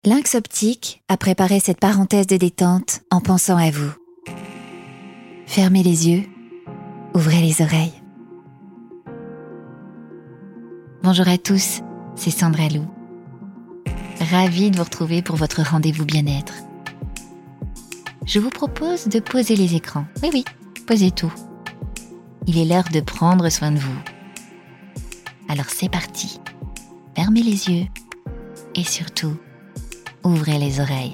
Lynx Optique a préparé cette parenthèse de détente en pensant à vous. Fermez les yeux, ouvrez les oreilles. Bonjour à tous, c'est Sandra Lou. Ravie de vous retrouver pour votre rendez-vous bien-être. Je vous propose de poser les écrans. Oui, posez tout. Il est l'heure de prendre soin de vous. Alors c'est parti. Fermez les yeux et surtout, ouvrez les oreilles.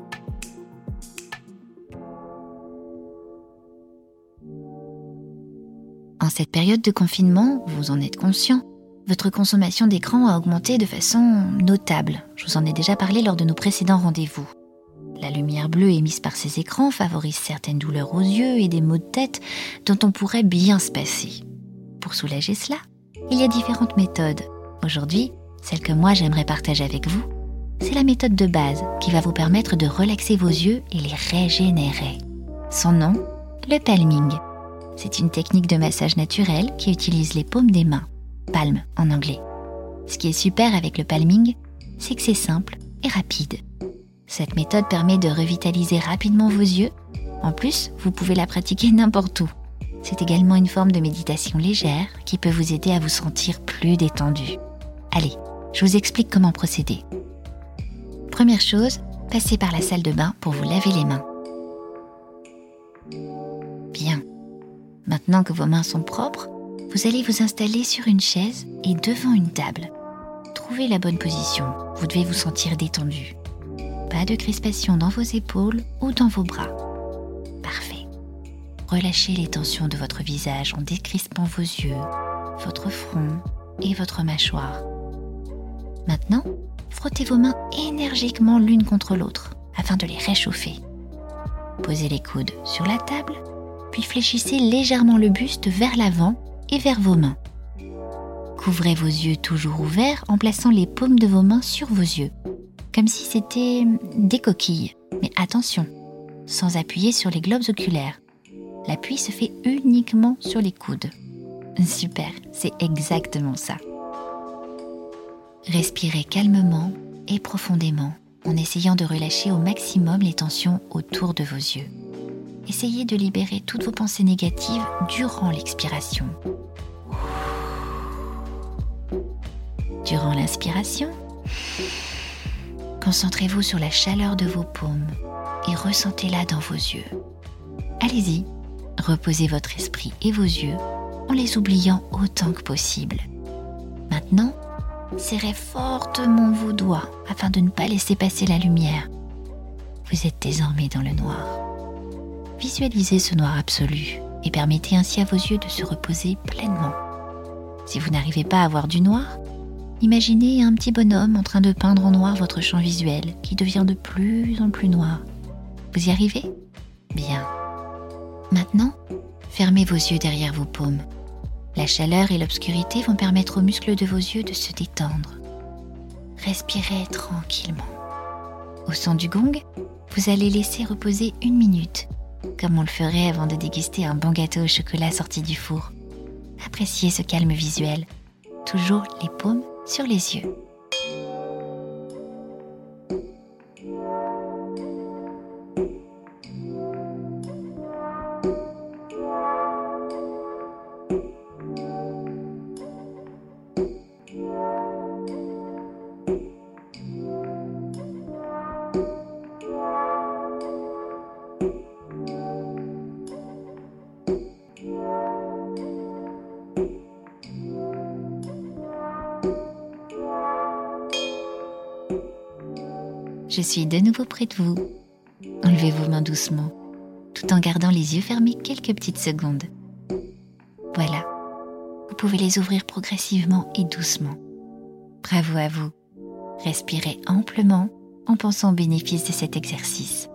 En cette période de confinement, vous en êtes conscient, votre consommation d'écran a augmenté de façon notable. Je vous en ai déjà parlé lors de nos précédents rendez-vous. La lumière bleue émise par ces écrans favorise certaines douleurs aux yeux et des maux de tête dont on pourrait bien se passer. Pour soulager cela, il y a différentes méthodes. Aujourd'hui, celle que moi j'aimerais partager avec vous, c'est la méthode de base qui va vous permettre de relaxer vos yeux et les régénérer. Son nom, le palming. C'est une technique de massage naturel qui utilise les paumes des mains, palme en anglais. Ce qui est super avec le palming, c'est que c'est simple et rapide. Cette méthode permet de revitaliser rapidement vos yeux. En plus, vous pouvez la pratiquer n'importe où. C'est également une forme de méditation légère qui peut vous aider à vous sentir plus détendu. Allez, je vous explique comment procéder. Première chose, passez par la salle de bain pour vous laver les mains. Bien. Maintenant que vos mains sont propres, vous allez vous installer sur une chaise et devant une table. Trouvez la bonne position, vous devez vous sentir détendu. Pas de crispation dans vos épaules ou dans vos bras. Parfait. Relâchez les tensions de votre visage en décrispant vos yeux, votre front et votre mâchoire. Maintenant, frottez vos mains énergiquement l'une contre l'autre afin de les réchauffer. Posez les coudes sur la table, puis fléchissez légèrement le buste vers l'avant et vers vos mains. Couvrez vos yeux toujours ouverts en plaçant les paumes de vos mains sur vos yeux, comme si c'était des coquilles. Mais attention, sans appuyer sur les globes oculaires. L'appui se fait uniquement sur les coudes. Super, c'est exactement ça. Respirez calmement et profondément en essayant de relâcher au maximum les tensions autour de vos yeux. Essayez de libérer toutes vos pensées négatives durant l'expiration. Durant l'inspiration, concentrez-vous sur la chaleur de vos paumes et ressentez-la dans vos yeux. Allez-y, reposez votre esprit et vos yeux en les oubliant autant que possible. Maintenant, serrez fortement vos doigts afin de ne pas laisser passer la lumière. Vous êtes désormais dans le noir. Visualisez ce noir absolu et permettez ainsi à vos yeux de se reposer pleinement. Si vous n'arrivez pas à voir du noir, imaginez un petit bonhomme en train de peindre en noir votre champ visuel qui devient de plus en plus noir. Vous y arrivez ? Bien. Maintenant, fermez vos yeux derrière vos paumes. La chaleur et l'obscurité vont permettre aux muscles de vos yeux de se détendre. Respirez tranquillement. Au son du gong, vous allez laisser reposer 1 minute, comme on le ferait avant de déguster un bon gâteau au chocolat sorti du four. Appréciez ce calme visuel, toujours les paumes sur les yeux. Je suis de nouveau près de vous. Enlevez vos mains doucement, tout en gardant les yeux fermés quelques petites secondes. Voilà, vous pouvez les ouvrir progressivement et doucement. Bravo à vous. Respirez amplement en pensant aux bénéfices de cet exercice.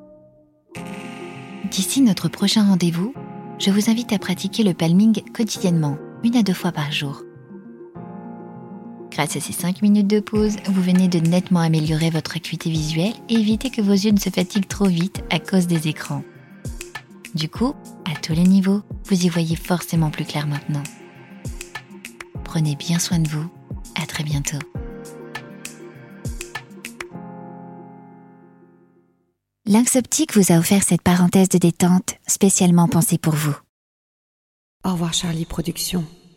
D'ici notre prochain rendez-vous, je vous invite à pratiquer le palming quotidiennement, 1 à 2 fois par jour. Grâce à ces 5 minutes de pause, vous venez de nettement améliorer votre acuité visuelle et éviter que vos yeux ne se fatiguent trop vite à cause des écrans. Du coup, à tous les niveaux, vous y voyez forcément plus clair maintenant. Prenez bien soin de vous. À très bientôt. Lynx Optique vous a offert cette parenthèse de détente spécialement pensée pour vous. Au revoir Charlie Productions.